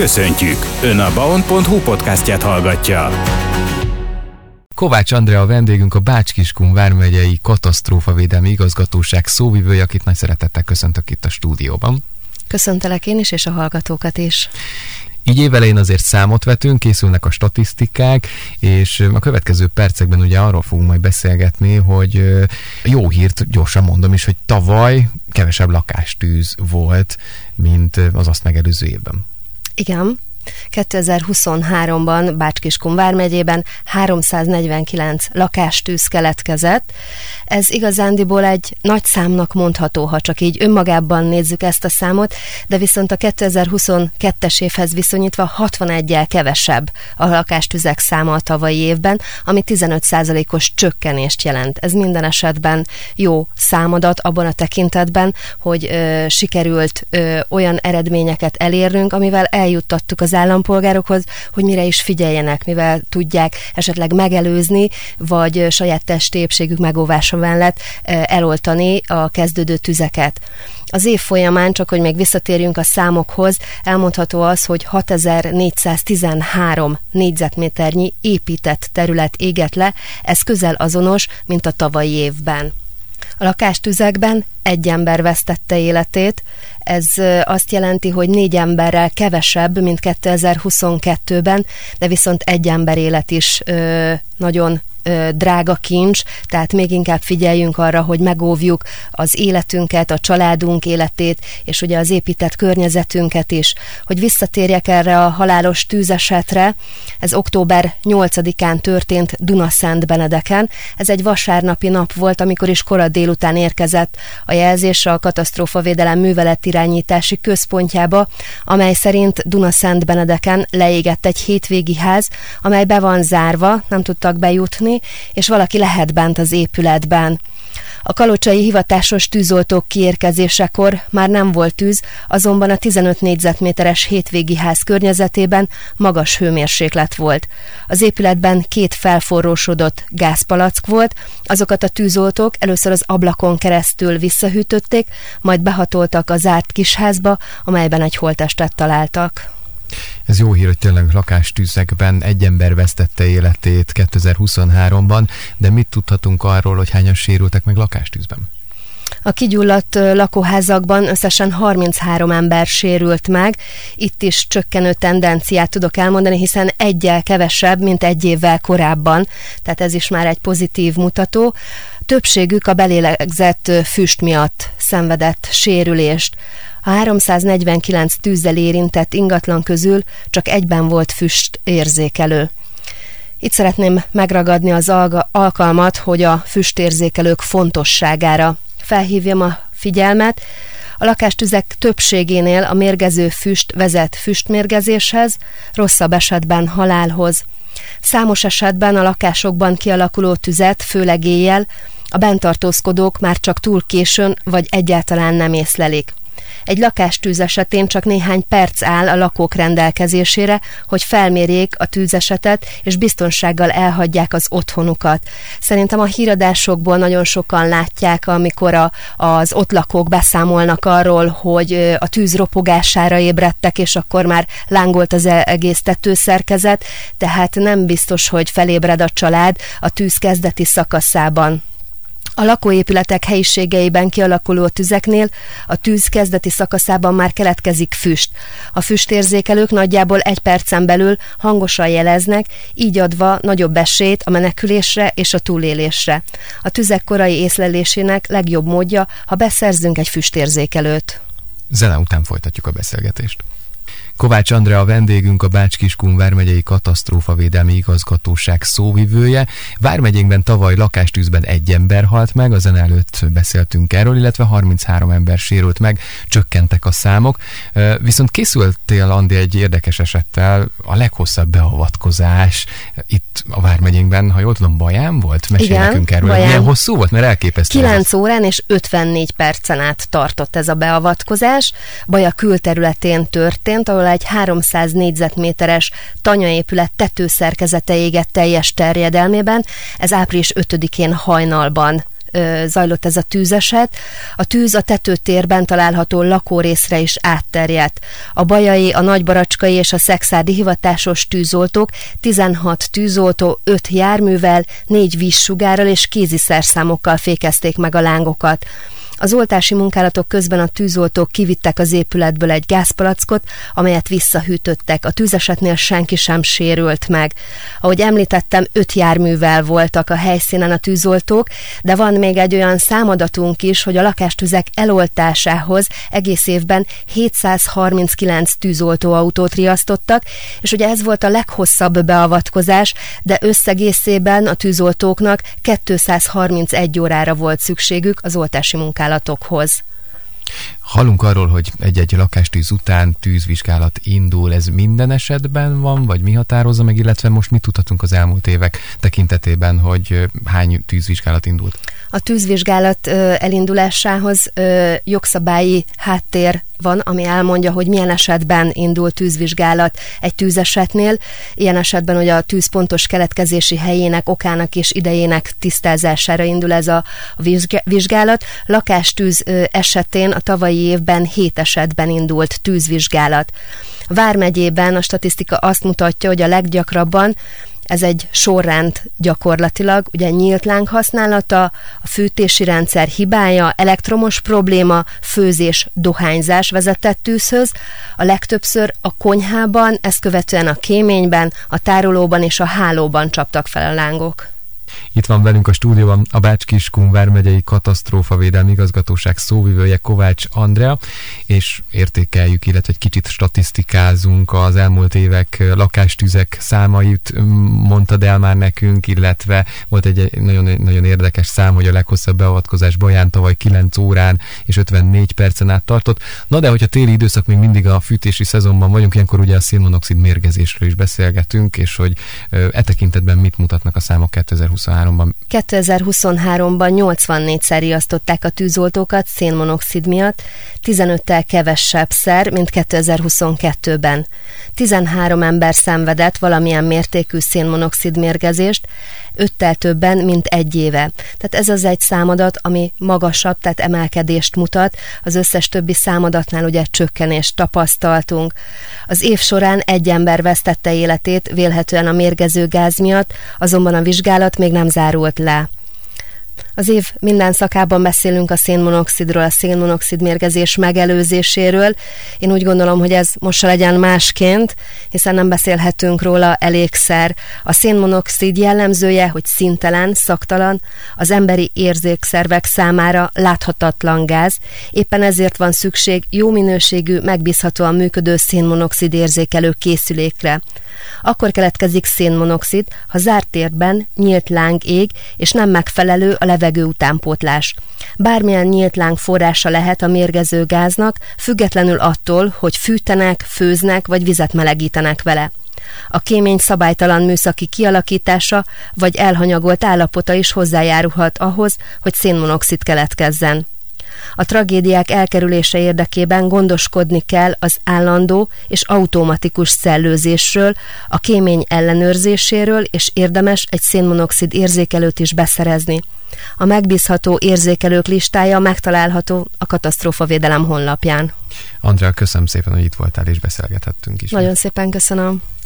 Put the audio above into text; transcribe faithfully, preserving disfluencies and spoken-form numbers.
Köszöntjük! Ön a baon pont hu podcastját hallgatja. Kovács Andrea a vendégünk, a Bács-Kiskun vármegyei katasztrófavédelmi igazgatóság szóvivője, akit nagy szeretettel köszöntök itt a stúdióban. Köszöntelek én is, és a hallgatókat is. Így évelején azért számot vetünk, készülnek a statisztikák, és a következő percekben ugye arról fogunk majd beszélgetni, hogy jó hírt gyorsan mondom is, hogy tavaly kevesebb lakástűz volt, mint az azt megelőző évben. Igen. kétezer-huszonháromban Bács-Kiskun vármegyében háromszáznegyvenkilenc lakástűz keletkezett. Ez igazándiból egy nagy számnak mondható, ha csak így önmagában nézzük ezt a számot, de viszont a kétezer-huszonkettes évhez viszonyítva hatvaneggyel kevesebb a lakástüzek száma a tavalyi évben, ami tizenöt százalékos csökkenést jelent. Ez minden esetben jó számadat abban a tekintetben, hogy ö, sikerült ö, olyan eredményeket elérnünk, amivel eljuttattuk az állampolgárokhoz, hogy mire is figyeljenek, mivel tudják esetleg megelőzni, vagy saját testi épségük megóvása mellett eloltani a kezdődő tüzeket. Az év folyamán, csak hogy még visszatérjünk a számokhoz, elmondható az, hogy hatezer-négyszáztizenhárom négyzetméternyi épített terület égett le, ez közel azonos, mint a tavalyi évben. A lakástüzekben egy ember vesztette életét, ez azt jelenti, hogy négy emberrel kevesebb, mint kétezer-huszonkettőben, de viszont egy ember élet is ö, nagyon ö, drága kincs, tehát még inkább figyeljünk arra, hogy megóvjuk az életünket, a családunk életét, és ugye az épített környezetünket is. Hogy visszatérjek erre a halálos tűzesetre, ez október nyolcadikán történt Dunaszentbenedeken. Ez egy vasárnapi nap volt, amikor is kora délután érkezett a jelzés a katasztrófavédelem műveletirányítási központjába, amely szerint Dunaszentbenedeken leégett egy hétvégi ház, amely be van zárva, nem tudtak bejutni, és valaki lehet bent az épületben. A kalocsai hivatásos tűzoltók kiérkezésekor már nem volt tűz, azonban a tizenöt négyzetméteres hétvégi ház környezetében magas hőmérséklet volt. Az épületben két felforrósodott gázpalack volt, azokat a tűzoltók először az ablakon keresztül visszahűtötték, majd behatoltak a zárt kisházba, amelyben egy holttestet találtak. Ez jó hír, hogy tényleg lakástűzekben egy ember vesztette életét kétezer-huszonháromban, de mit tudhatunk arról, hogy hányan sérültek meg lakástűzben? A kigyulladt lakóházakban összesen harminchárom ember sérült meg. Itt is csökkenő tendenciát tudok elmondani, hiszen egyel kevesebb, mint egy évvel korábban. Tehát ez is már egy pozitív mutató. Többségük a belélegzett füst miatt szenvedett sérülést. A háromszáznegyvenkilenc tűzzel érintett ingatlan közül csak egyben volt füstérzékelő. Itt szeretném megragadni az alkalmat, hogy a füstérzékelők fontosságára felhívjam a figyelmet. A lakástüzek többségénél a mérgező füst vezet füstmérgezéshez, rosszabb esetben halálhoz. Számos esetben a lakásokban kialakuló tüzet, főleg éjjel, a benntartózkodók már csak túl későn vagy egyáltalán nem észlelik. Egy lakástűz esetén csak néhány perc áll a lakók rendelkezésére, hogy felmérjék a tűzesetet, és biztonsággal elhagyják az otthonukat. Szerintem a híradásokból nagyon sokan látják, amikor a, az ott lakók beszámolnak arról, hogy a tűz ropogására ébredtek, és akkor már lángolt az egész tetőszerkezet, tehát nem biztos, hogy felébred a család a tűz kezdeti szakaszában. A lakóépületek helyiségeiben kialakuló tüzeknél a tűz kezdeti szakaszában már keletkezik füst. A füstérzékelők nagyjából egy percen belül hangosan jeleznek, így adva nagyobb esélyt a menekülésre és a túlélésre. A tüzek korai észlelésének legjobb módja, ha beszerzünk egy füstérzékelőt. Zene után folytatjuk a beszélgetést. Kovács Andrea a vendégünk, a Bács-Kiskun vármegyei katasztrófavédelmi igazgatóság szóvivője. Vármegyénkben tavaly lakástűzben egy ember halt meg, a zene előtt beszéltünk erről, illetve harminchárom ember sérült meg, csökkentek a számok. Viszont készültél, Andi, egy érdekes esettel, a leghosszabb beavatkozás itt a Vármegyénkben, ha jól tudom, Baján volt? Mesélj Igen, nekünk erről. Baján. Milyen hosszú volt? Mert elképesztő. kilenc órán és ötvennégy percen át tartott ez a beavatkozás. Baja külterületén történt, ahol egy háromszáz négyzetméteres tanyaépület tetőszerkezete égett teljes terjedelmében. Ez április ötödikén hajnalban ö, zajlott ez a tűzeset. A tűz a tetőtérben található lakórészre is átterjedt. A bajai, a nagybaracskai és a szekszárdi hivatásos tűzoltók tizenhat tűzoltó, öt járművel, négy vízsugárral és kéziszerszámokkal fékezték meg a lángokat. Az oltási munkálatok közben a tűzoltók kivittek az épületből egy gázpalackot, amelyet visszahűtöttek. A tűzesetnél senki sem sérült meg. Ahogy említettem, öt járművel voltak a helyszínen a tűzoltók, de van még egy olyan számadatunk is, hogy a lakástüzek eloltásához egész évben hétszázharminckilenc tűzoltóautót riasztottak, és ugye ez volt a leghosszabb beavatkozás, de összegészében a tűzoltóknak kétszázharmincegy órára volt szükségük az oltási munkálatokhoz. Hallunk arról, hogy egy-egy lakástűz után tűzvizsgálat indul. Ez minden esetben van, vagy mi határozza meg, illetve most mit tudhatunk az elmúlt évek tekintetében, hogy hány tűzvizsgálat indult? A tűzvizsgálat ö, elindulásához ö, jogszabályi háttér van, ami elmondja, hogy milyen esetben indul tűzvizsgálat egy tűzesetnél. Ilyen esetben ugye a tűz pontos keletkezési helyének, okának és idejének tisztázására indul ez a vizsgálat. Lakástűz ö, esetén a tavalyi évben hét esetben indult tűzvizsgálat. Vármegyében a statisztika azt mutatja, hogy a leggyakrabban ez egy sorrend gyakorlatilag, ugye nyílt láng használata, a fűtési rendszer hibája, elektromos probléma, főzés, dohányzás vezetett tűzhöz, a legtöbbször a konyhában, ezt követően a kéményben, a tárolóban és a hálóban csaptak fel a lángok. Itt van velünk a stúdióban a Bács-Kiskun vármegyei katasztrófavédelmi igazgatóság szóvivője, Kovács Andrea, és értékeljük, illetve egy kicsit statisztikázunk az elmúlt évek lakástüzek számait, mondtad el már nekünk, illetve volt egy nagyon, nagyon érdekes szám, hogy a leghosszabb beavatkozás Baján tavaly kilenc órán és ötvennégy percen át tartott. Na de, hogyha téli időszak, még mindig a fűtési szezonban vagyunk, ilyenkor ugye a szénmonoxid mérgezésről is beszélgetünk, és hogy e tekintetben mit mutatnak a számok kétezer-huszonháromban? kétezer-huszonháromban nyolcvannégyszer riasztották a tűzoltókat szénmonoxid miatt, tizenöttel kevesebb szer, mint kétezer-huszonkettőben. tizenhárom ember szenvedett valamilyen mértékű szénmonoxid mérgezést, öttel többen, mint egy éve. Tehát ez az egy számadat, ami magasabb, tehát emelkedést mutat. Az összes többi számadatnál ugye csökkenést tapasztaltunk. Az év során egy ember vesztette életét vélhetően a mérgező gáz miatt, azonban a vizsgálat még nem zárult le. Az év minden szakában beszélünk a szénmonoxidról, a szénmonoxid mérgezés megelőzéséről. Én úgy gondolom, hogy ez most se legyen másként, hiszen nem beszélhetünk róla elégszer. A szénmonoxid jellemzője, hogy színtelen, szaktalan, az emberi érzékszervek számára láthatatlan gáz. Éppen ezért van szükség jó minőségű, megbízhatóan működő szénmonoxid érzékelő készülékre. Akkor keletkezik szénmonoxid, ha zárt térben nyílt láng ég, és nem megfelelő a levegő utánpótlás. Bármilyen nyílt láng forrása lehet a mérgező gáznak, függetlenül attól, hogy fűtenek, főznek vagy vizet melegítenek vele. A kémény szabálytalan műszaki kialakítása vagy elhanyagolt állapota is hozzájárulhat ahhoz, hogy szénmonoxid keletkezzen. A tragédiák elkerülése érdekében gondoskodni kell az állandó és automatikus szellőzésről, a kémény ellenőrzéséről, és érdemes egy szénmonoxid érzékelőt is beszerezni. A megbízható érzékelők listája megtalálható a Katasztrófavédelem honlapján. Andrea, köszönöm szépen, hogy itt voltál és beszélgethettünk is. Nagyon szépen köszönöm.